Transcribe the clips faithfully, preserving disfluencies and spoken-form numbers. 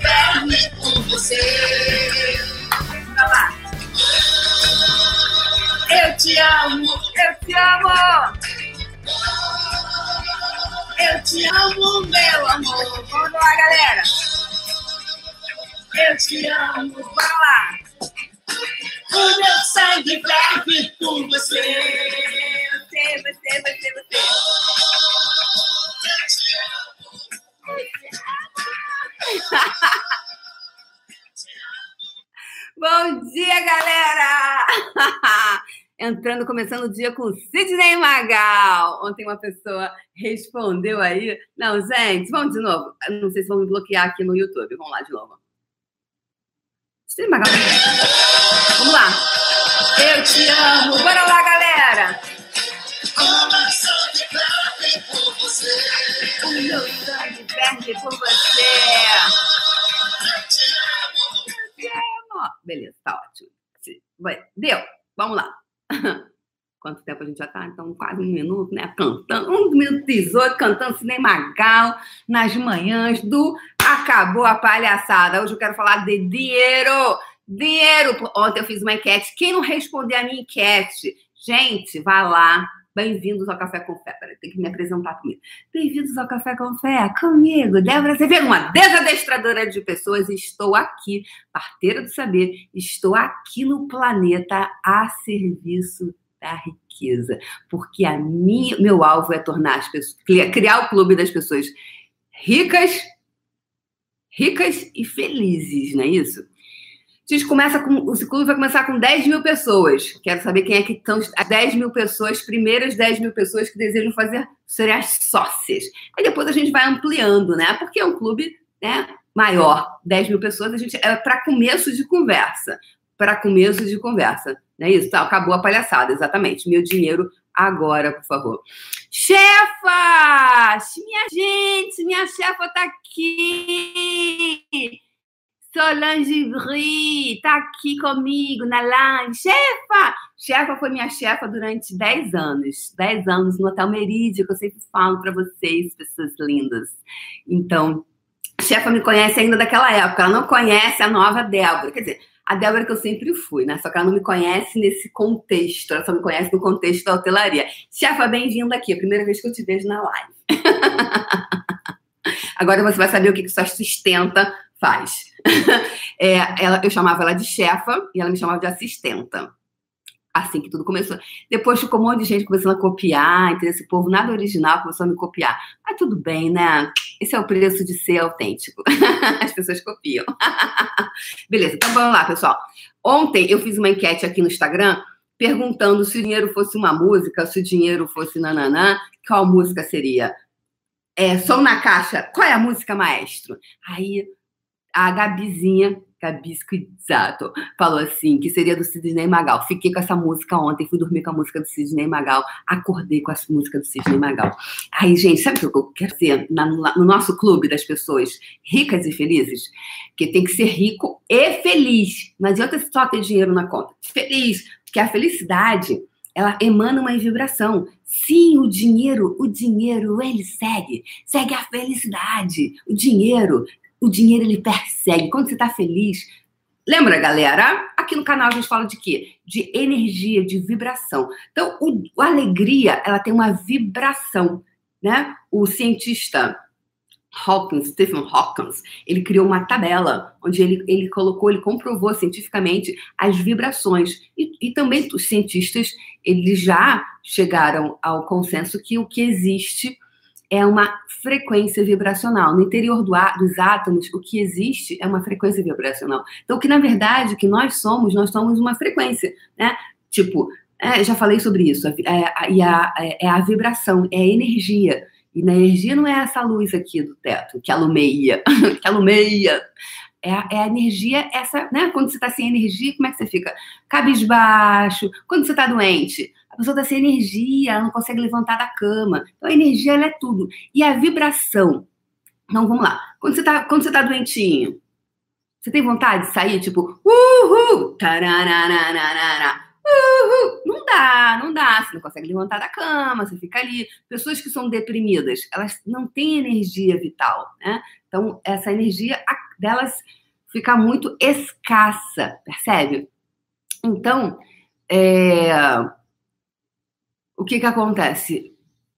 verme por você. Vai lá. Eu te amo, eu te amo. Eu te amo, meu amor. Vamos lá, galera. Eu te amo, bora lá. O meu sangue ferve por você. Você, você, você, você. Bom dia, galera! Entrando, começando o dia com Sidney Magal. Ontem uma pessoa respondeu aí. Não, gente, vamos de novo. Não sei se vão me bloquear aqui no YouTube. Vamos lá de novo. Sidney Magal. Vamos lá. Eu te amo. Bora lá, galera. O meu sangue ferve por você. O meu sangue ferve por você. Eu te amo. Eu te amo. Beleza, tá ótimo. Deu. Vamos lá. Quanto tempo a gente já tá? Então, quase um minuto, né? Cantando. Um minuto e dezoito, cantando Sidney Magal nas manhãs do Acabou a Palhaçada. Hoje eu quero falar de dinheiro. Dinheiro. Ontem eu fiz uma enquete. Quem não responder a minha enquete? Gente, vai lá. Bem-vindos ao Café com Fé. Peraí, tem que me apresentar comigo. Bem-vindos ao Café com Fé. Comigo, Débora Azevedo, uma desadestradora de pessoas. Estou aqui, parteira do saber. Estou aqui no planeta a serviço da riqueza. Porque a minha, meu alvo é tornar as pessoas, criar o clube das pessoas ricas, ricas e felizes, não é isso? A gente começa com, o clube vai começar com dez mil pessoas. Quero saber quem é que são as dez mil pessoas, primeiras dez mil pessoas que desejam fazer, serem as sócias. Aí depois a gente vai ampliando, né? Porque é um clube, né, maior. dez mil pessoas, a gente é para começo de conversa. Para começo de conversa. Não é isso? Tá, acabou a palhaçada, exatamente. Meu dinheiro agora, por favor. Chefa! Minha gente, minha chefa tá aqui! Solange Brie tá aqui comigo na live. Chefa! Chefa foi minha chefa durante dez anos. dez anos no Hotel Merídia, que eu sempre falo para vocês, pessoas lindas. Então, a chefa me conhece ainda daquela época. Ela não conhece a nova Débora. Quer dizer, a Débora que eu sempre fui, né? Só que ela não me conhece nesse contexto. Ela só me conhece no contexto da hotelaria. Chefa, bem-vinda aqui. É a primeira vez que eu te vejo na live. Agora você vai saber o que, que sua assistenta faz. É, ela, eu chamava ela de chefa e ela me chamava de assistenta. Assim que tudo começou. Depois ficou um monte de gente começando a copiar, entendeu? Esse povo nada original começou a me copiar. Mas tudo bem, né? Esse é o preço de ser autêntico. As pessoas copiam. Beleza, então vamos lá, pessoal. Ontem eu fiz uma enquete aqui no Instagram perguntando se o dinheiro fosse uma música, se o dinheiro fosse nananã, qual música seria? É, Som na Caixa, qual é a música, maestro? Aí a Gabizinha, Gabi Squizzato, falou assim, que seria do Sidney Magal. Fiquei com essa música ontem, fui dormir com a música do Sidney Magal, acordei com a música do Sidney Magal. Aí, gente, sabe o que eu quero dizer? No nosso clube das pessoas ricas e felizes, que tem que ser rico e feliz. Não adianta só ter dinheiro na conta. Feliz, porque a felicidade, ela emana uma vibração. Sim, o dinheiro, o dinheiro, ele segue. Segue a felicidade. O dinheiro... O dinheiro, ele persegue. Quando você está feliz... Lembra, galera? Aqui no canal a gente fala de quê? De energia, de vibração. Então, o, a alegria, ela tem uma vibração, né? O cientista Hawkins, Stephen Hawking, ele criou uma tabela onde ele, ele colocou, ele comprovou cientificamente as vibrações. E, e também os cientistas, eles já chegaram ao consenso que o que existe é uma frequência vibracional. No interior do, dos átomos, o que existe é uma frequência vibracional. Então, que na verdade, o que nós somos, nós somos uma frequência, né? Tipo, é, já falei sobre isso, é, é, a, é a vibração, é a energia. E na energia não é essa luz aqui do teto, que alumeia, que alumeia. É a, é a energia, essa, né? Quando você está sem energia, como é que você fica? Cabisbaixo. Quando você está doente, a pessoa está sem energia, ela não consegue levantar da cama. Então, a energia, ela é tudo. E a vibração. Então, vamos lá. Quando você está quando você tá doentinho, você tem vontade de sair, tipo, uhul, taranana, uhul. Não dá, não dá. Você não consegue levantar da cama, você fica ali. Pessoas que são deprimidas, elas não têm energia vital, né? Então, essa energia delas ficar muito escassa, percebe? Então, é... o que que acontece?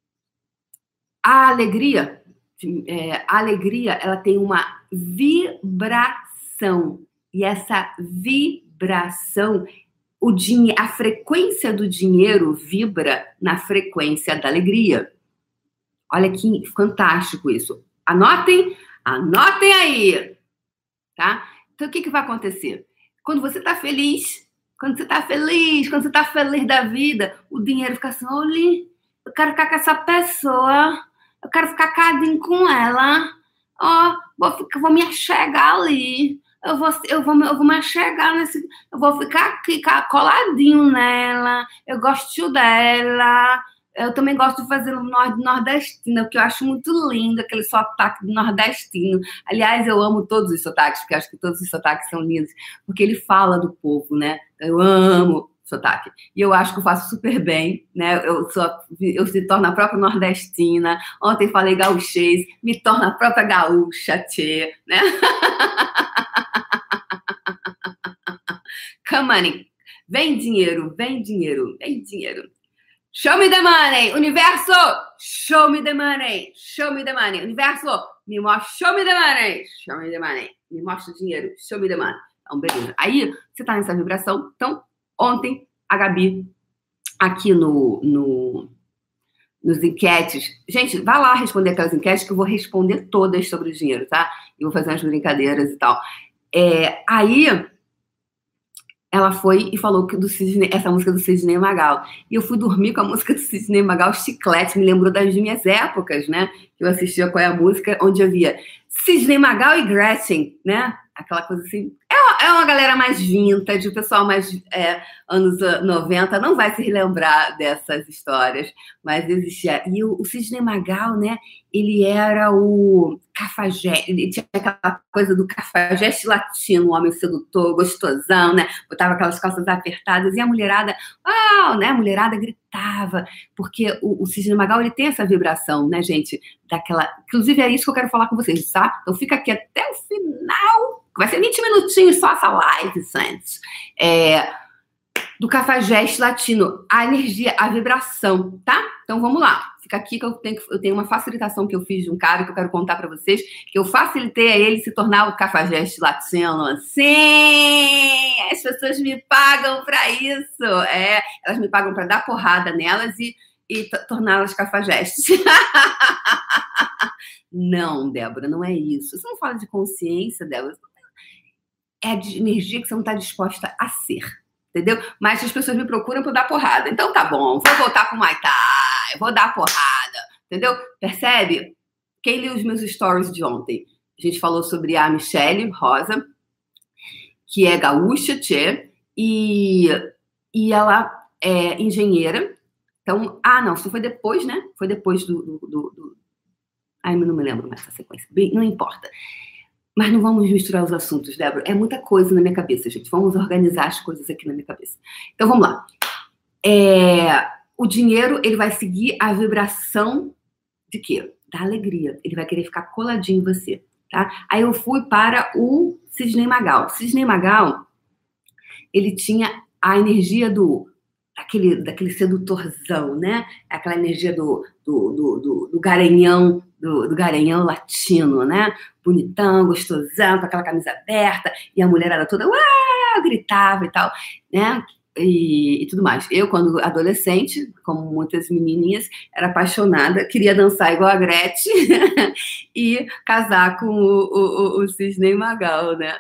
A alegria, é, a alegria, ela tem uma vibração. E essa vibração, o dinhe- a frequência do dinheiro vibra na frequência da alegria. Olha que fantástico isso. Anotem, anotem aí, tá? Então, o que que vai acontecer? Quando você tá feliz, quando você tá feliz, quando você tá feliz da vida, o dinheiro fica assim, olha, eu quero ficar com essa pessoa, eu quero ficar cadinho com ela, ó, vou, ficar, vou me achegar ali, eu vou, eu, vou, eu vou me achegar nesse, eu vou ficar aqui coladinho nela, eu gosto dela. Eu também gosto de fazer no nordestino, porque eu acho muito lindo aquele sotaque do nordestino. Aliás, eu amo todos os sotaques, porque acho que todos os sotaques são lindos, porque ele fala do povo, né? Eu amo sotaque. E eu acho que eu faço super bem, né? Eu, sou, eu se torno a própria nordestina. Ontem falei gauchês, me torno a própria gaúcha, tchê, né? Come on. Vem dinheiro, vem dinheiro, vem dinheiro. Show me the money, universo, show me the money, show me the money, universo, me mostra, show me the money, show me the money, me mostra o dinheiro, show me the money. Então, beleza. Aí, você tá nessa vibração. Então, ontem, a Gabi, aqui no, no, nos enquetes, gente, vai lá responder aquelas enquetes que eu vou responder todas sobre o dinheiro, tá? E vou fazer umas brincadeiras e tal. É, aí... ela foi e falou que do Sidney, essa música do Sidney Magal. E eu fui dormir com a música do Sidney Magal, Chiclete, me lembrou das minhas épocas, né? Que eu assistia Qual é a Música, onde havia Sidney Magal e Gretchen, né? Aquela coisa assim. É uma, é uma galera mais vintage, o pessoal mais é, anos noventa não vai se lembrar dessas histórias, mas existia. E o, o Sidney Magal, né? Ele era o cafajeste, ele tinha aquela coisa do cafajeste latino, um homem sedutor, gostosão, né? Botava aquelas calças apertadas e a mulherada, uau, né? A mulherada gritava, porque o, o Sidney Magal, ele tem essa vibração, né, gente? Daquela... Inclusive, é isso que eu quero falar com vocês, tá? Então fica aqui até o final, vai ser vinte minutinhos só essa live, gente. É... do cafajeste latino, a energia, a vibração, tá? Então vamos lá. Fica aqui que eu tenho, eu tenho uma facilitação que eu fiz de um cara que eu quero contar pra vocês, que eu facilitei a ele se tornar o cafajeste latino. Sim! As pessoas me pagam pra isso. É, elas me pagam pra dar porrada nelas e, e torná-las cafajestes. Não, Débora, não é isso. Você não fala de consciência, Débora. É de energia que você não está disposta a ser. Entendeu? Mas as pessoas me procuram para dar porrada. Então tá bom, vou voltar pro Muay Thai, vou dar porrada. Entendeu? Percebe? Quem leu os meus stories de ontem? A gente falou sobre a Michelle Rosa, que é gaúcha, tchê, e, e ela é engenheira. Então, ah, não, isso foi depois, né? Foi depois do... do, do, do... Ai, eu não me lembro mais dessa sequência. Bem, não importa. Mas não vamos misturar os assuntos, Débora. É muita coisa na minha cabeça, gente. Vamos organizar as coisas aqui na minha cabeça. Então, vamos lá. É, o dinheiro, ele vai seguir a vibração de quê? Da alegria. Ele vai querer ficar coladinho em você, tá? Aí eu fui para o Sidney Magal. Sidney Magal, ele tinha a energia do... Daquele, daquele sedutorzão, né? Aquela energia do, do, do, do, do garanhão, do, do garanhão latino, né? Bonitão, gostosão, com aquela camisa aberta, e a mulherada toda uau, gritava e tal, né? E, e tudo mais. Eu, quando adolescente, como muitas menininhas, era apaixonada, queria dançar igual a Gretchen e casar com o, o, o Sidney Magal, né?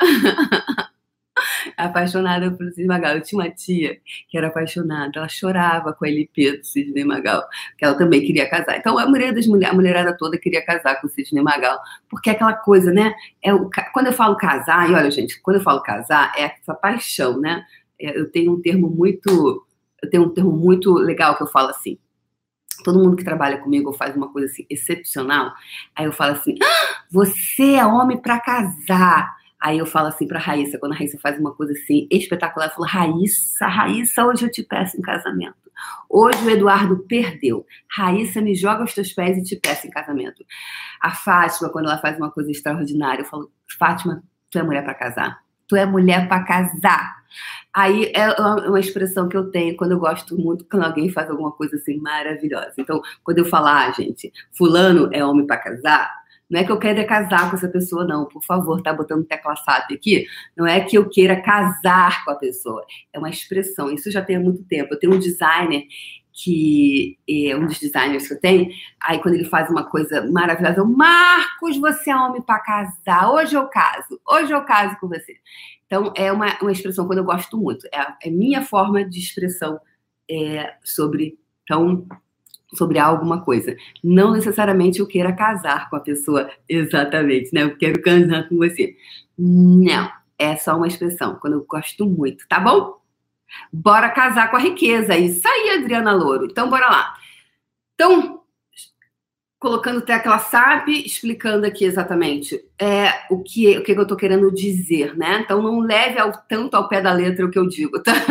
Apaixonada por Sidney Magal. Eu tinha uma tia que era apaixonada, ela chorava com a L P do Sidney Magal, que ela também queria casar. Então a mulher das mulheres, a mulherada toda queria casar com o Sidney Magal, porque é aquela coisa, né? É o, quando eu falo casar, e olha, gente, quando eu falo casar, é essa paixão, né? É, eu tenho um termo muito, eu tenho um termo muito legal que eu falo assim. Todo mundo que trabalha comigo faz uma coisa assim excepcional. Aí eu falo assim: ah, você é homem para casar. Aí eu falo assim pra Raíssa, quando a Raíssa faz uma coisa assim espetacular, eu falo: Raíssa, Raíssa, hoje eu te peço em casamento. Hoje o Eduardo perdeu. Raíssa, me joga aos teus pés e te peço em casamento. A Fátima, quando ela faz uma coisa extraordinária, eu falo: Fátima, tu é mulher para casar. Tu é mulher para casar. Aí é uma expressão que eu tenho quando eu gosto muito, quando alguém faz alguma coisa assim maravilhosa. Então, quando eu falar, ah, gente, fulano é homem para casar, não é que eu queira casar com essa pessoa, não. Por favor, tá botando tecla S A P aqui. Não é que eu queira casar com a pessoa. É uma expressão. Isso já tem há muito tempo. Eu tenho um designer que é um dos designers que eu tenho. Aí, quando ele faz uma coisa maravilhosa, eu, Marcos, você é homem para casar. Hoje eu caso. Hoje eu caso com você. Então, é uma, uma expressão quando eu gosto muito. É, é minha forma de expressão é, sobre... Então... sobre alguma coisa. Não necessariamente eu queira casar com a pessoa exatamente, né? Eu quero casar com você. Não, é só uma expressão, quando eu gosto muito, tá bom? Bora casar com a riqueza. Isso aí, Adriana Louro. Então, bora lá. Então, colocando tecla S A P, explicando aqui exatamente é, o, que, o que eu tô querendo dizer, né? Então, não leve ao, tanto ao pé da letra o que eu digo, tá?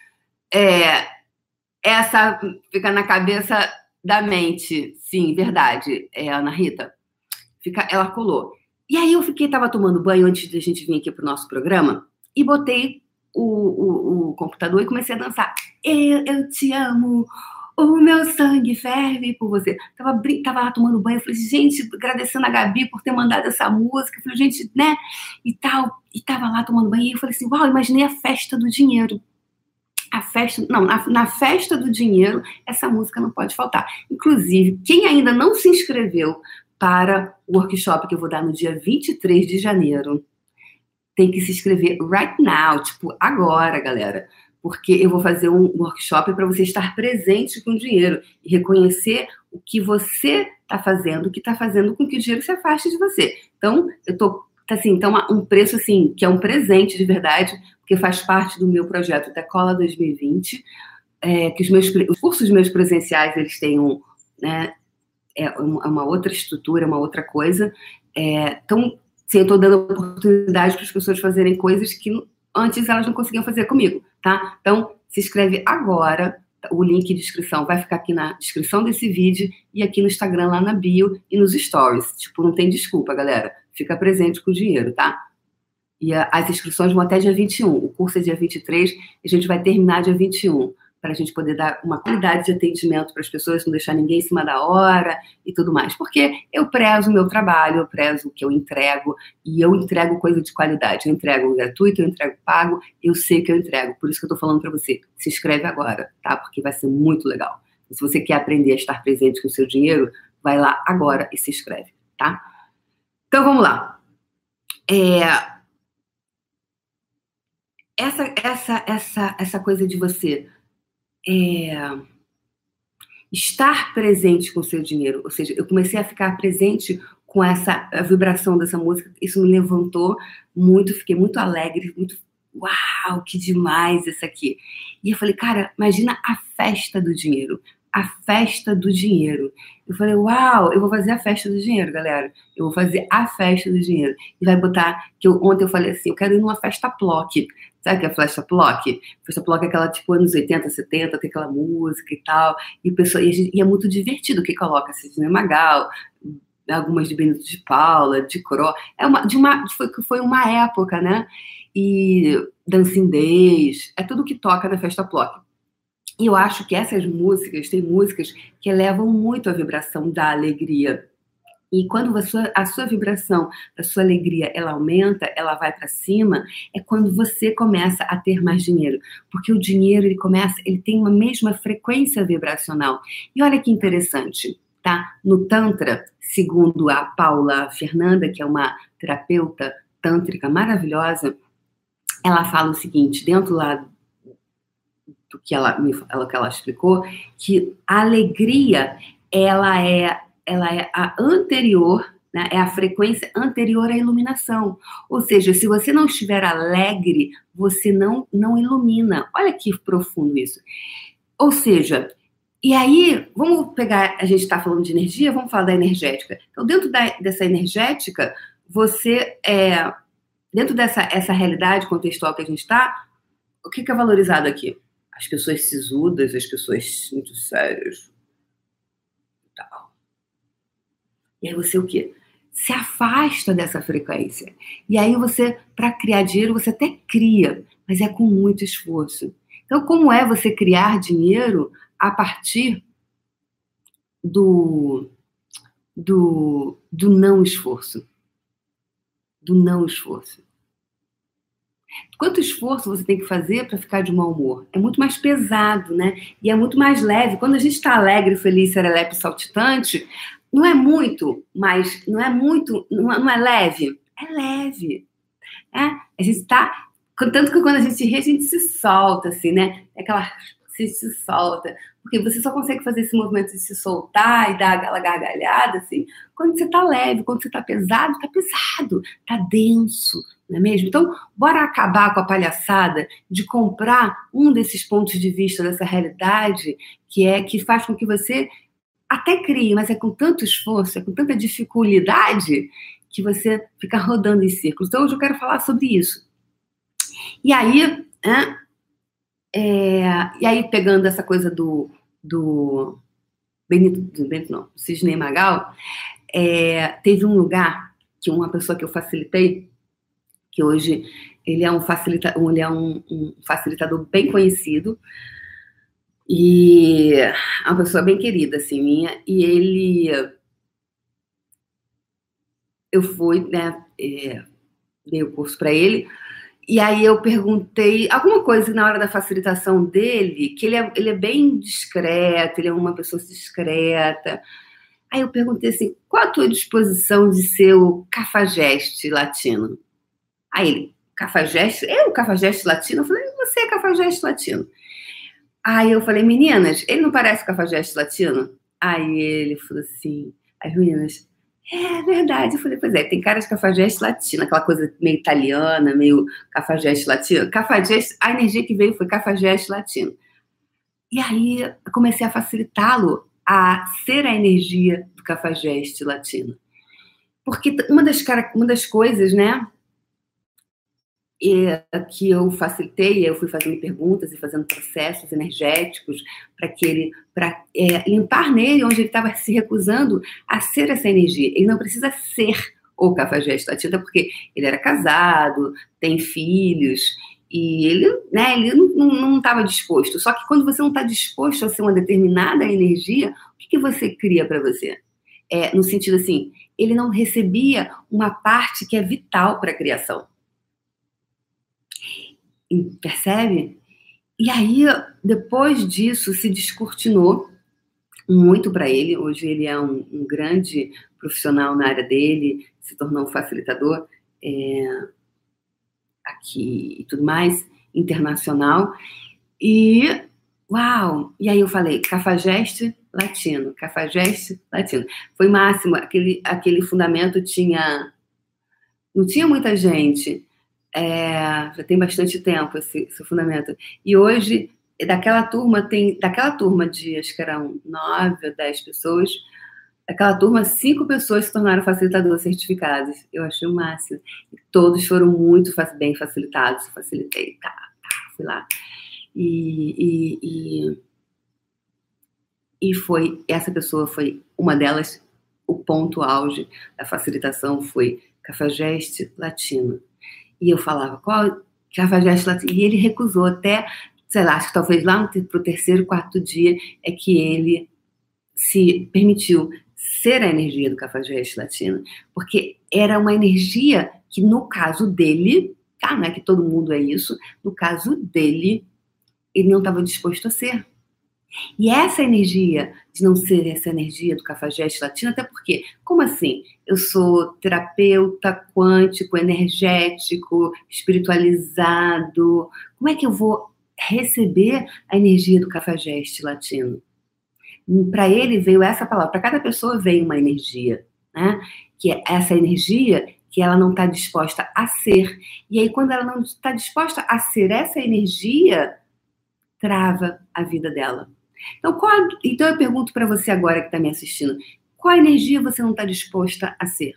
É, essa fica na cabeça... da mente, sim, verdade, é, Ana Rita, fica, ela colou. E aí eu fiquei, tava tomando banho antes da gente vir aqui pro nosso programa, e botei o, o, o computador e comecei a dançar. Eu, eu te amo, o meu sangue ferve por você. Tava, tava lá tomando banho, eu falei, gente, agradecendo a Gabi por ter mandado essa música, eu falei, gente, né, e tal, e tava lá tomando banho, e eu falei assim, uau, imaginei a festa do dinheiro. A festa, não, na, na festa do dinheiro, essa música não pode faltar. Inclusive, quem ainda não se inscreveu para o workshop que eu vou dar no dia vinte e três de janeiro, tem que se inscrever right now, tipo, agora, galera. Porque eu vou fazer um workshop para você estar presente com o dinheiro e reconhecer o que você está fazendo, o que está fazendo com que o dinheiro se afaste de você. Então, eu tô, assim, então, um preço, assim, que é um presente de verdade, que faz parte do meu projeto Decola dois mil e vinte, é, que os, meus, os cursos meus presenciais, eles têm um, né, é uma outra estrutura, uma outra coisa. É, então, sim, eu estou dando oportunidade para as pessoas fazerem coisas que antes elas não conseguiam fazer comigo, tá? Então, se inscreve agora, o link de inscrição vai ficar aqui na descrição desse vídeo e aqui no Instagram, lá na bio e nos stories. Tipo, não tem desculpa, galera. Fica presente com o dinheiro, tá? E a, as inscrições vão até dia vinte e um. O curso é dia vinte e três, a gente vai terminar dia vinte e um, para a gente poder dar uma qualidade de atendimento para as pessoas, não deixar ninguém em cima da hora e tudo mais. Porque eu prezo o meu trabalho, eu prezo o que eu entrego, e eu entrego coisa de qualidade. Eu entrego gratuito, eu entrego pago, eu sei que eu entrego. Por isso que eu estou falando para você, se inscreve agora, tá? Porque vai ser muito legal. E se você quer aprender a estar presente com o seu dinheiro, vai lá agora e se inscreve, tá? Então, vamos lá. É... Essa, essa, essa, essa coisa de você é, estar presente com o seu dinheiro, ou seja, eu comecei a ficar presente com essa a vibração dessa música, isso me levantou muito, fiquei muito alegre, muito, uau, que demais isso aqui. E eu falei, cara, imagina a festa do dinheiro, a festa do dinheiro. Eu falei, uau, eu vou fazer a festa do dinheiro, galera. Eu vou fazer a festa do dinheiro. E vai botar, que eu, ontem eu falei assim, eu quero ir numa festa Plock. Sabe o que é festa Plock? Festa Plock é aquela, tipo, anos oitenta, setenta, tem aquela música e tal. E, pessoa, e, e é muito divertido, que coloca Sidney Magal, algumas de Benito de Paula, de Cro. É uma, de uma, foi, foi uma época, né? E Dancing Days, é tudo que toca na festa Plock. E eu acho que essas músicas, tem músicas que elevam muito a vibração da alegria. E quando a sua, a sua vibração, a sua alegria, ela aumenta, ela vai para cima, é quando você começa a ter mais dinheiro. Porque o dinheiro, ele começa, ele tem uma mesma frequência vibracional. E olha que interessante, tá? No Tantra, segundo a Paula Fernanda, que é uma terapeuta tântrica maravilhosa, ela fala o seguinte, dentro lá do que ela, ela, que ela explicou, que a alegria, ela é, ela é a anterior, né, é a frequência anterior à iluminação. Ou seja, se você não estiver alegre, você não, não ilumina. Olha que profundo isso. Ou seja, e aí, vamos pegar, a gente está falando de energia, vamos falar da energética. Então, dentro da, dessa energética, você, é, dentro dessa essa realidade contextual que a gente está, o que, que é valorizado aqui? As pessoas sisudas, as pessoas muito sérias. E aí você o quê? se afasta dessa frequência. E aí você, para criar dinheiro, você até cria, mas é com muito esforço. Então, como é você criar dinheiro a partir do, do, do não esforço? Do não esforço. Quanto esforço você tem que fazer para ficar de mau humor? É muito mais pesado, né? E é muito mais leve. Quando a gente está alegre, feliz, serelepe, saltitante, não é muito, mas não é muito, não é, não é leve. É leve. É? A gente está... Tanto que quando a gente ri, a gente se solta, assim, né? É aquela... Você se solta. Porque você só consegue fazer esse movimento de se soltar e dar aquela gargalhada, assim, quando você tá leve, quando você tá pesado, tá pesado, tá denso, não é mesmo? Então, bora acabar com a palhaçada de comprar um desses pontos de vista dessa realidade que é que faz com que você até crie, mas é com tanto esforço, é com tanta dificuldade que você fica rodando em círculos. Então, hoje eu quero falar sobre isso. E aí, né, é, e aí pegando essa coisa do, do Benito, do Benito não, Sidney Magal, é, teve um lugar que uma pessoa que eu facilitei, que hoje ele é um, facilita, ele é um, um facilitador bem conhecido, e é uma pessoa bem querida, assim, minha, e ele, eu fui, né, é, dei o curso para ele, e aí eu perguntei alguma coisa na hora da facilitação dele, que ele é, ele é bem discreto, ele é uma pessoa discreta. Aí eu perguntei assim, qual a tua disposição de ser o cafajeste latino? Aí ele, cafajeste? Eu, cafajeste latino? Eu falei, você é cafajeste latino. Aí eu falei, meninas, ele não parece cafajeste latino? Aí ele falou assim, as meninas... É verdade, eu falei, pois é, tem cara de cafajeste latino, aquela coisa meio italiana, meio cafajeste latino. Cafajeste, a energia que veio foi cafajeste latino. E aí eu comecei a facilitá-lo a ser a energia do cafajeste latino. Porque uma das, uma das coisas, né, que eu facilitei, eu fui fazendo perguntas e fazendo processos energéticos para que ele, para é, limpar nele onde ele estava se recusando a ser essa energia. Ele não precisa ser o cafajeste latino, porque ele era casado, tem filhos, e ele, né, ele não estava disposto. Só que quando você não está disposto a ser uma determinada energia, o que, que você cria para você? É, no sentido assim, ele não recebia uma parte que é vital para a criação. Percebe? E aí, depois disso, se descortinou muito para ele. Hoje ele é um, um grande profissional na área dele, se tornou um facilitador é, aqui e tudo mais, internacional. E, uau! E aí eu falei, cafajeste latino, cafajeste latino. Foi máximo, aquele, aquele fundamento tinha... Não tinha muita gente... É, já tem bastante tempo esse, esse fundamento. E hoje, daquela turma, tem, daquela turma de, acho que eram nove ou dez pessoas, daquela turma, cinco pessoas se tornaram facilitadores certificados. Eu achei o máximo. E todos foram muito bem facilitados. Facilitei, tá, tá, fui lá. E, e, e, e foi, essa pessoa foi uma delas, o ponto auge da facilitação foi cafajeste latino. E eu falava, qual cafajeste latino? E ele recusou até, sei lá, acho que talvez lá para o terceiro, quarto dia é que ele se permitiu ser a energia do cafajeste latino. Porque era uma energia que, no caso dele, tá, não é que todo mundo é isso, no caso dele, ele não estava disposto a ser. E essa energia de não ser essa energia do cafajeste latino, até porque, como assim? Eu sou terapeuta quântico, energético, espiritualizado. Como é que eu vou receber a energia do cafajeste latino? Para ele veio essa palavra, para cada pessoa veio uma energia, né? Que é essa energia que ela não está disposta a ser. E aí, quando ela não está disposta a ser essa energia, trava a vida dela. Então, qual, então eu pergunto para você agora que está me assistindo, qual energia você não está disposta a ser?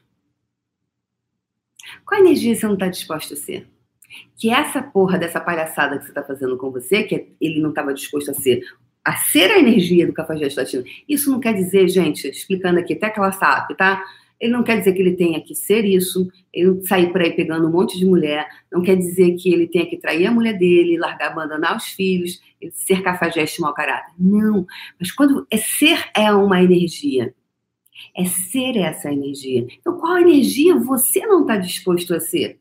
Qual energia você não está disposta a ser? Que essa porra dessa palhaçada que você está fazendo com você, que ele não estava disposto a ser, a ser a energia do cafajeste latino, isso não quer dizer, gente, explicando aqui, até que ela sabe, tá? Ele não quer dizer que ele tenha que ser isso, ele não sair por aí pegando um monte de mulher, não quer dizer que ele tenha que trair a mulher dele, largar, abandonar os filhos, ser cafajeste mau caráter. Não, mas quando é ser é uma energia, é ser essa energia. Então, qual energia você não está disposto a ser?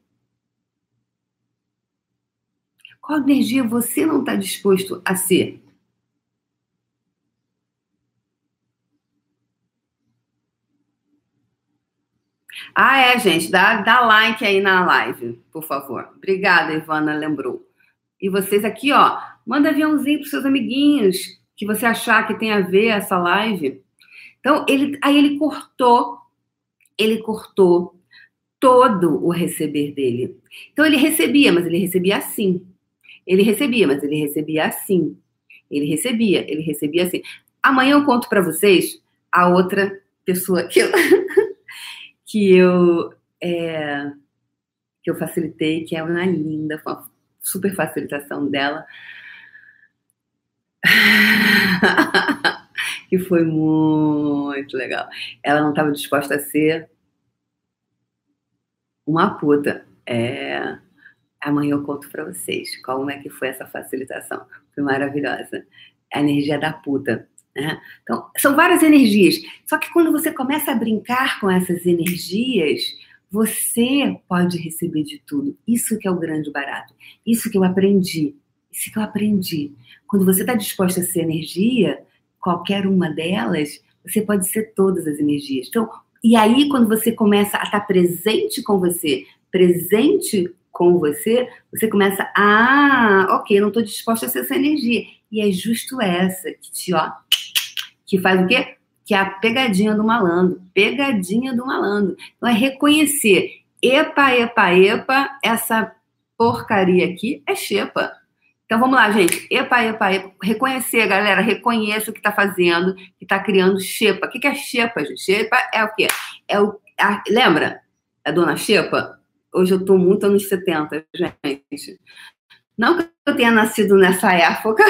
Qual energia você não está disposto a ser? Ah, é, gente, dá, dá like aí na live, por favor. Obrigada, Ivana, lembrou. E vocês aqui, ó, manda aviãozinho pros seus amiguinhos que você achar que tem a ver essa live. Então, ele, aí ele cortou, ele cortou todo o receber dele. Então, ele recebia, mas ele recebia assim. Ele recebia, mas ele recebia assim. Ele recebia, ele recebia assim. Amanhã eu conto para vocês a outra pessoa que eu, que eu, é, que eu facilitei, que é uma linda, foi uma super facilitação dela. Que foi muito legal. Ela não estava disposta a ser uma puta. É... Amanhã eu conto pra vocês como é que foi essa facilitação. Foi maravilhosa. A energia da puta. Né? Então, são várias energias. Só que quando você começa a brincar com essas energias, você pode receber de tudo. Isso que é o grande barato. Isso que eu aprendi. Isso que eu aprendi. Quando você está disposta a ser energia, qualquer uma delas, você pode ser todas as energias. Então, e aí, quando você começa a estar presente com você, presente com você, você começa, ah, ok, eu não estou disposta a ser essa energia. E é justo essa que te, ó, que faz o quê? Que é a pegadinha do malandro. Pegadinha do malandro. Então, é reconhecer, epa, epa, epa, essa porcaria aqui é xepa. Então, vamos lá, gente. Epa, epa, epa. Reconhecer, galera. Reconheça o que está fazendo, que está criando xepa. O que é xepa, gente? Xepa é o quê? É o, a, lembra a dona Xepa? Hoje eu estou muito anos setenta, gente. Não que eu tenha nascido nessa época.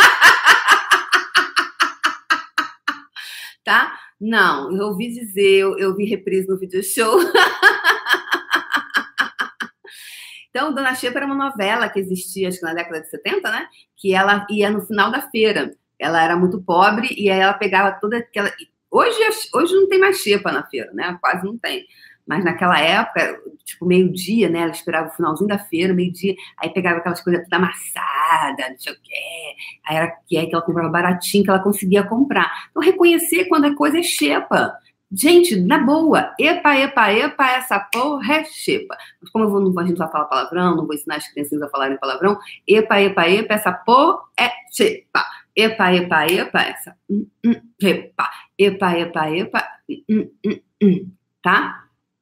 Tá? Não, eu ouvi dizer, eu, eu vi reprise no video show. Então, Dona Xepa era uma novela que existia, acho que na década de setenta, né? Que ela ia no final da feira. Ela era muito pobre e aí ela pegava toda aquela... Hoje, hoje não tem mais xepa na feira, né? Quase não tem. Mas naquela época, tipo, meio-dia, né? Ela esperava o finalzinho da feira, meio-dia, aí pegava aquelas coisas tudo amassadas, não sei o quê. Aí era que, aí que ela comprava baratinho, que ela conseguia comprar. Então, reconhecer quando a coisa é xepa. Gente, na boa, epa, epa, epa, essa porra é xepa. Mas como eu vou, não, a gente não vai falar palavrão, não vou ensinar as crianças a falarem palavrão, epa, epa, epa, essa porra é xepa. Epa, epa, epa, essa hum, hum, epa. Epa, epa, epa, hum, hum, hum, tá?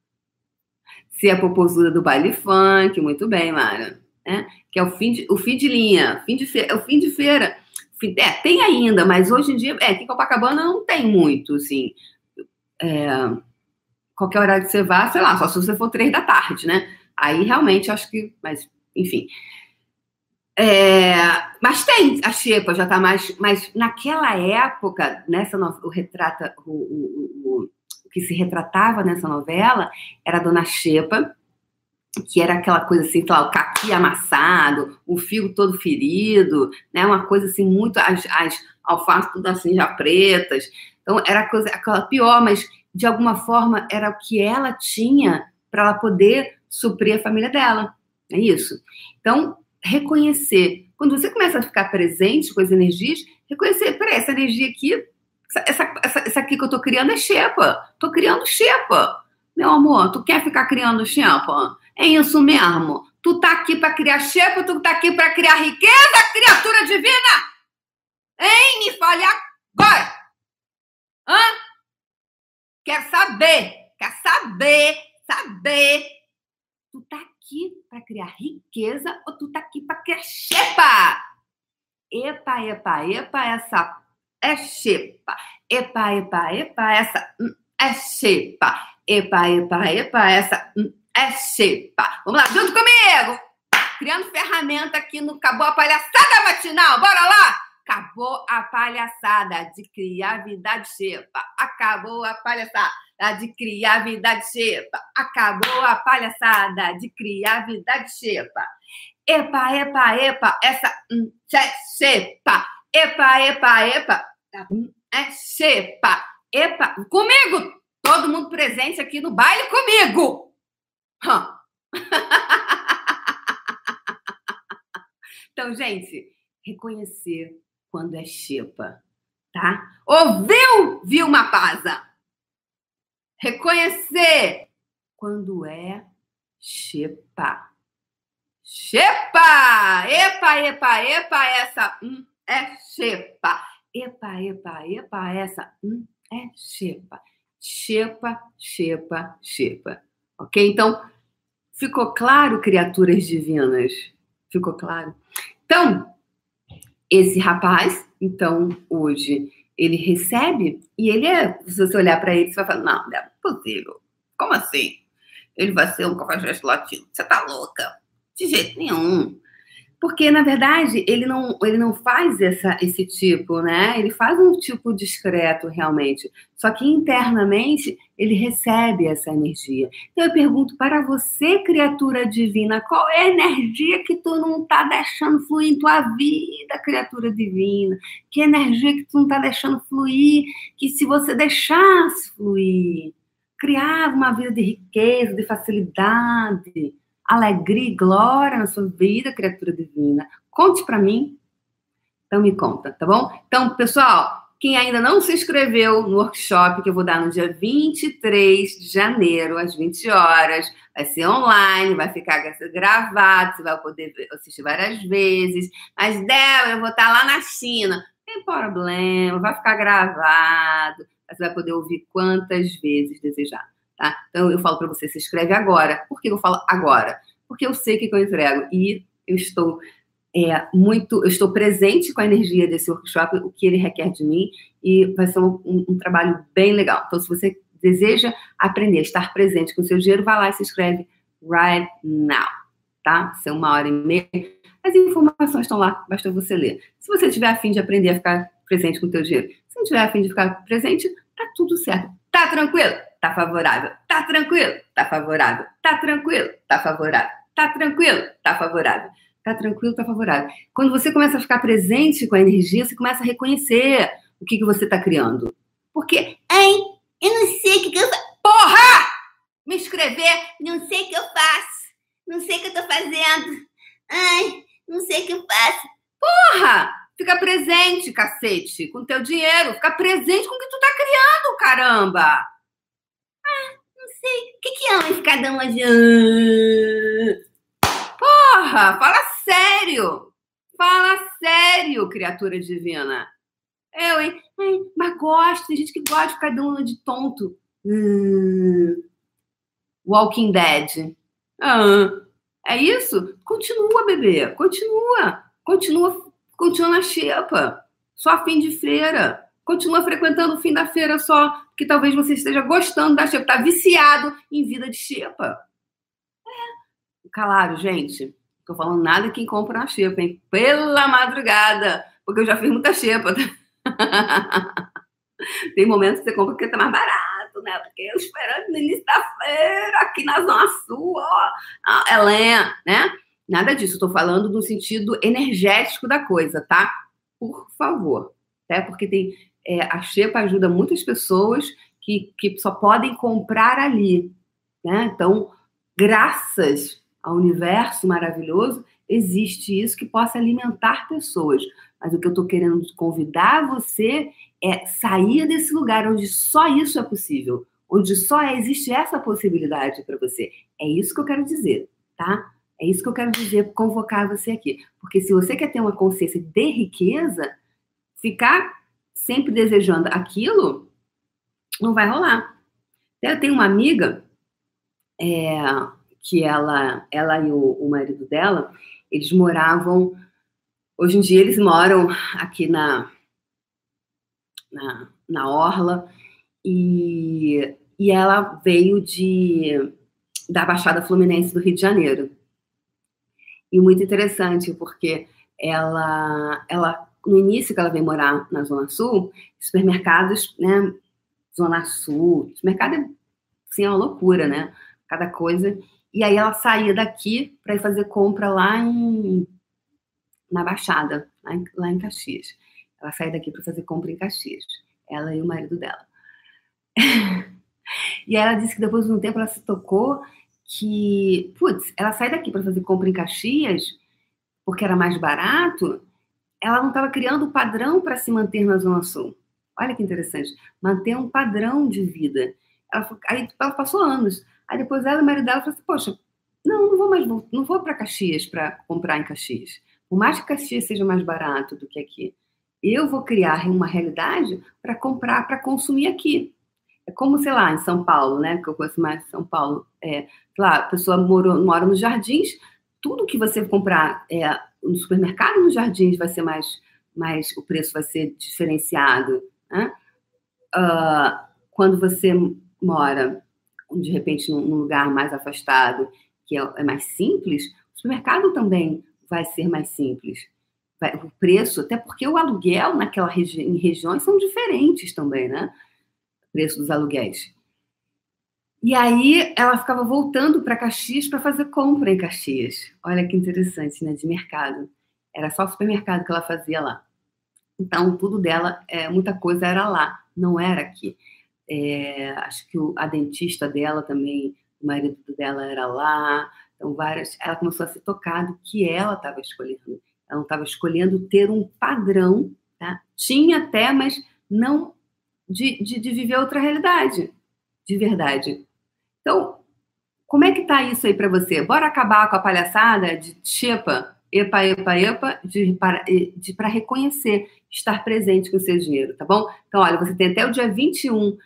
Se é a popozuda do baile funk, muito bem, Mara. É, que é o fim de, o fim de linha, fim de feira, é o fim de feira. Fim, é, tem ainda, mas hoje em dia, é, aqui em Copacabana não tem muito, assim. É, qualquer horário que você vá, sei lá, só se você for três da tarde, né? Aí realmente acho que, mas, enfim. É, mas tem, a xepa já tá mais, mas naquela época, nessa no, o retrata, o, o, o, o que se retratava nessa novela era a Dona Xepa, que era aquela coisa assim, sei lá, o caqui amassado, o fio todo ferido, né? Uma coisa assim, muito, as, as alfaces tudo assim já pretas. Então, era a coisa, aquela pior, mas de alguma forma era o que ela tinha para ela poder suprir a família dela. É isso. Então, reconhecer. Quando você começa a ficar presente com as energias, reconhecer, peraí, essa energia aqui, essa, essa, essa aqui que eu tô criando é xepa. Tô criando xepa. Meu amor, tu quer ficar criando xepa? É isso mesmo. Tu tá aqui para criar xepa, tu tá aqui para criar riqueza, criatura divina? Hein? Me fale agora. Hã? Quer saber? Quer saber? Saber? Tu tá aqui para criar riqueza ou tu tá aqui para criar xepa? Epa, epa, epa, essa é xepa. Epa, epa, epa, essa é xepa. Epa, epa, epa, essa é xepa. Vamos lá, junto comigo! Criando ferramenta aqui no Acabou a Palhaçada Matinal. Bora lá! Acabou a palhaçada de criar vida de xepa. Acabou a palhaçada. de criar vida de xepa. Acabou a palhaçada de criar vida de xepa. Epa, epa, epa, essa hum, é xepa. Epa, epa, epa, hum, é xepa. Epa, comigo! Todo mundo presente aqui no baile comigo! Hum. Então, gente, reconhecer quando é xepa, tá? Ouviu, Vilma Paza? Reconhecer quando é xepa. Xepa! Epa, epa, epa, essa hum, é xepa. Epa, epa, epa, essa hum, é xepa. Xepa, xepa, xepa. Ok? Então, ficou claro, criaturas divinas? Ficou claro? Então, esse rapaz, então, hoje, ele recebe e ele é, se você olhar para ele, você vai falar, não, não é possível. Como assim? Ele vai ser um cafajeste latino. Você tá louca? De jeito nenhum. Porque, na verdade, ele não, ele não faz essa, esse tipo, né? Ele faz um tipo discreto, realmente. Só que, internamente, ele recebe essa energia. Então, eu pergunto para você, criatura divina, qual é a energia que tu não tá deixando fluir em tua vida, criatura divina? Que energia que tu não tá deixando fluir? Que se você deixasse fluir, criava uma vida de riqueza, de facilidade, alegria e glória na sua vida, criatura divina. Conte para mim. Então, me conta, tá bom? Então, pessoal, quem ainda não se inscreveu no workshop que eu vou dar no dia vinte e três de janeiro, às vinte horas, vai ser online, vai ficar gravado, você vai poder assistir várias vezes. Mas, Del, eu vou estar lá na China. Não tem problema, vai ficar gravado. Você vai poder ouvir quantas vezes desejar. Tá? Então, eu falo para você, se inscreve agora. Por que eu falo agora? Porque eu sei o que eu entrego e eu estou é, muito, eu estou presente com a energia desse workshop, o que ele requer de mim, e vai ser um, um, um trabalho bem legal. Então, se você deseja aprender a estar presente com o seu dinheiro, vai lá e se inscreve right now, tá? São uma hora e meia. As informações estão lá, basta você ler. Se você tiver a fim de aprender a ficar presente com o seu dinheiro, se não tiver a fim de ficar presente, tá tudo certo. Tá tranquilo? Tá favorável. Tá tranquilo? Tá favorável. Tá tranquilo? Tá favorável. Tá tranquilo? Tá favorável. Tá tranquilo? Tá favorável. Quando você começa a ficar presente com a energia, você começa a reconhecer o que, que você tá criando. Porque, ai, eu não sei o que, que eu faço. Porra! Me inscrever, não sei o que eu faço. Não sei o que eu tô fazendo. Ai, não sei o que eu faço. Porra! Fica presente, cacete, com o teu dinheiro. Fica presente com o que tu tá criando, caramba. Ah, não sei. O que que é homem ficar dando uma de... Porra, fala sério. Fala sério, criatura divina. Eu, hein? Ai, mas gosto. Tem gente que gosta de ficar dando uma de tonto. Hum, Walking Dead. Ah, é isso? Continua, bebê. Continua. Continua, continua na xepa. Só a fim de feira. Continua frequentando o fim da feira só, que talvez você esteja gostando da xepa. Tá viciado em vida de xepa. É. Claro, gente. Não tô falando nada quem compra na xepa, hein? Pela madrugada. Porque eu já fiz muita xepa. Tem momentos que você compra porque tá mais barato, né? Porque eu esperando no início da feira, aqui na Zona Sul, ó. Ah, Helena, né? Nada disso. Eu tô falando no sentido energético da coisa, tá? Por favor. Até porque tem... É, a xepa ajuda muitas pessoas que, que só podem comprar ali, né? Então, graças ao universo maravilhoso, existe isso que possa alimentar pessoas. Mas o que eu estou querendo convidar você é sair desse lugar onde só isso é possível, onde só existe essa possibilidade para você. É isso que eu quero dizer, tá? É isso que eu quero dizer, convocar você aqui. Porque se você quer ter uma consciência de riqueza, ficar sempre desejando aquilo, não vai rolar. Eu tenho uma amiga é, que ela, ela e o, o marido dela, eles moravam... Hoje em dia eles moram aqui na, na, na Orla e, e ela veio de, da Baixada Fluminense do Rio de Janeiro. E muito interessante, porque ela, ela, no início que ela veio morar na Zona Sul, supermercados, né, Zona Sul. O mercado é, assim, é uma loucura, né? Cada coisa. E aí ela saía daqui para ir fazer compra lá em, na Baixada, lá em, lá em Caxias. Ela saía daqui para fazer compra em Caxias. Ela e o marido dela. E ela disse que depois de um tempo ela se tocou que, putz, ela sai daqui para fazer compra em Caxias porque era mais barato, ela não estava criando o padrão para se manter na Zona Sul. Olha que interessante. Manter um padrão de vida. Ela, aí ela passou anos. Aí depois ela e o marido dela falaram assim, poxa, não, não vou mais, não vou para Caxias para comprar em Caxias. Por mais que Caxias seja mais barato do que aqui, eu vou criar uma realidade para comprar, para consumir aqui. É como, sei lá, em São Paulo, né? Que eu conheço mais São Paulo. É, lá, a pessoa mora, mora nos Jardins, tudo que você comprar é, no supermercado nos Jardins vai ser mais, mais, o preço vai ser diferenciado, né? Uh, quando você mora, de repente, num lugar mais afastado, que é, é mais simples, o supermercado também vai ser mais simples. Vai, o preço, até porque o aluguel naquela regi em regiões são diferentes também, né? O preço dos aluguéis. E aí ela ficava voltando para Caxias para fazer compra em Caxias. Olha que interessante, né? De mercado. Era só supermercado que ela fazia lá. Então, tudo dela, é, muita coisa era lá, não era aqui. É, acho que o, a dentista dela também, o marido dela era lá. Então, várias. Ela começou a se tocar do que ela estava escolhendo. Ela não estava escolhendo ter um padrão, tá? Tinha até, mas não de, de, de viver outra realidade, de verdade. Então, como é que tá isso aí para você? Bora acabar com a palhaçada de xepa, epa, epa, epa, de, para, de, para reconhecer, estar presente com o seu dinheiro, tá bom? Então, olha, você tem até o dia vinte e um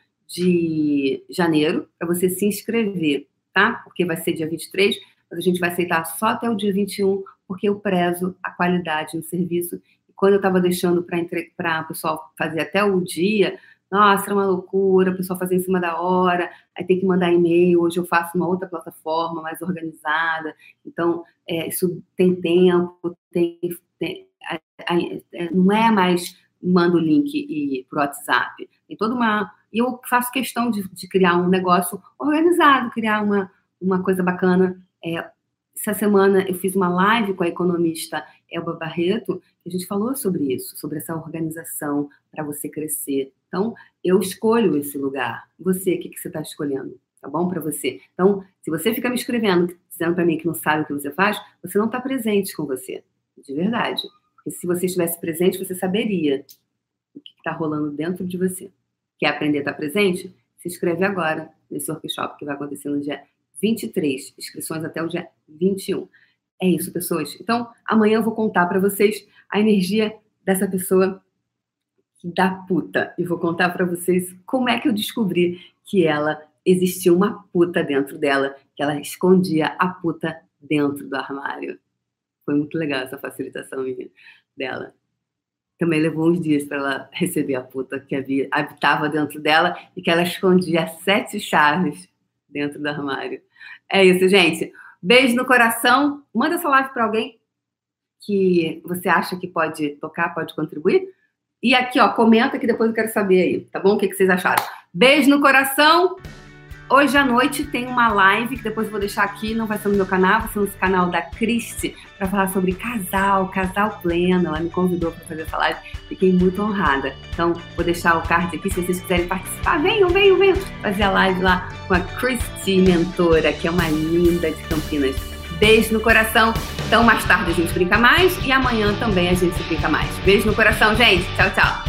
de janeiro para você se inscrever, tá? Porque vai ser dia vinte e três, mas a gente vai aceitar só até o dia vinte e um, porque eu prezo a qualidade no serviço. E quando eu estava deixando para o pessoal fazer até o dia, nossa, era uma loucura, o pessoal fazia em cima da hora, aí tem que mandar e-mail, hoje eu faço uma outra plataforma mais organizada, então é, isso tem tempo, tem, tem, é, não é mais manda o link e pro WhatsApp, tem toda uma... E eu faço questão de, de criar um negócio organizado, criar uma, uma coisa bacana. É, essa semana eu fiz uma live com a economista Elba Barreto, que a gente falou sobre isso, sobre essa organização para você crescer. Então, eu escolho esse lugar. Você, o que, que você está escolhendo? Tá bom para você? Então, se você fica me escrevendo, dizendo para mim que não sabe o que você faz, você não está presente com você, de verdade. Porque se você estivesse presente, você saberia o que está rolando dentro de você. Quer aprender a estar presente? Se inscreve agora nesse workshop que vai acontecer no dia vinte e três. Inscrições até o dia vinte e um. É isso, pessoas. Então, amanhã eu vou contar para vocês a energia dessa pessoa da puta. E vou contar para vocês como é que eu descobri que ela existia uma puta dentro dela, que ela escondia a puta dentro do armário. Foi muito legal essa facilitação minha, dela. Também levou uns dias para ela receber a puta que havia, habitava dentro dela e que ela escondia sete chaves dentro do armário. É isso, gente. Beijo no coração. Manda essa live para alguém que você acha que pode tocar, pode contribuir. E aqui, ó, comenta que depois eu quero saber aí, tá bom? O que, que vocês acharam? Beijo no coração. Hoje à noite tem uma live que depois eu vou deixar aqui, não vai ser no meu canal, vai ser no canal da Cristi, para falar sobre casal, casal pleno. Ela me convidou para fazer essa live, fiquei muito honrada. Então, vou deixar o card aqui, se vocês quiserem participar, venham, venham, venham fazer a live lá com a Cristi Mentora, que é uma linda de Campinas. Beijo no coração. Então, mais tarde a gente brinca mais e amanhã também a gente brinca mais. Beijo no coração, gente. Tchau, tchau.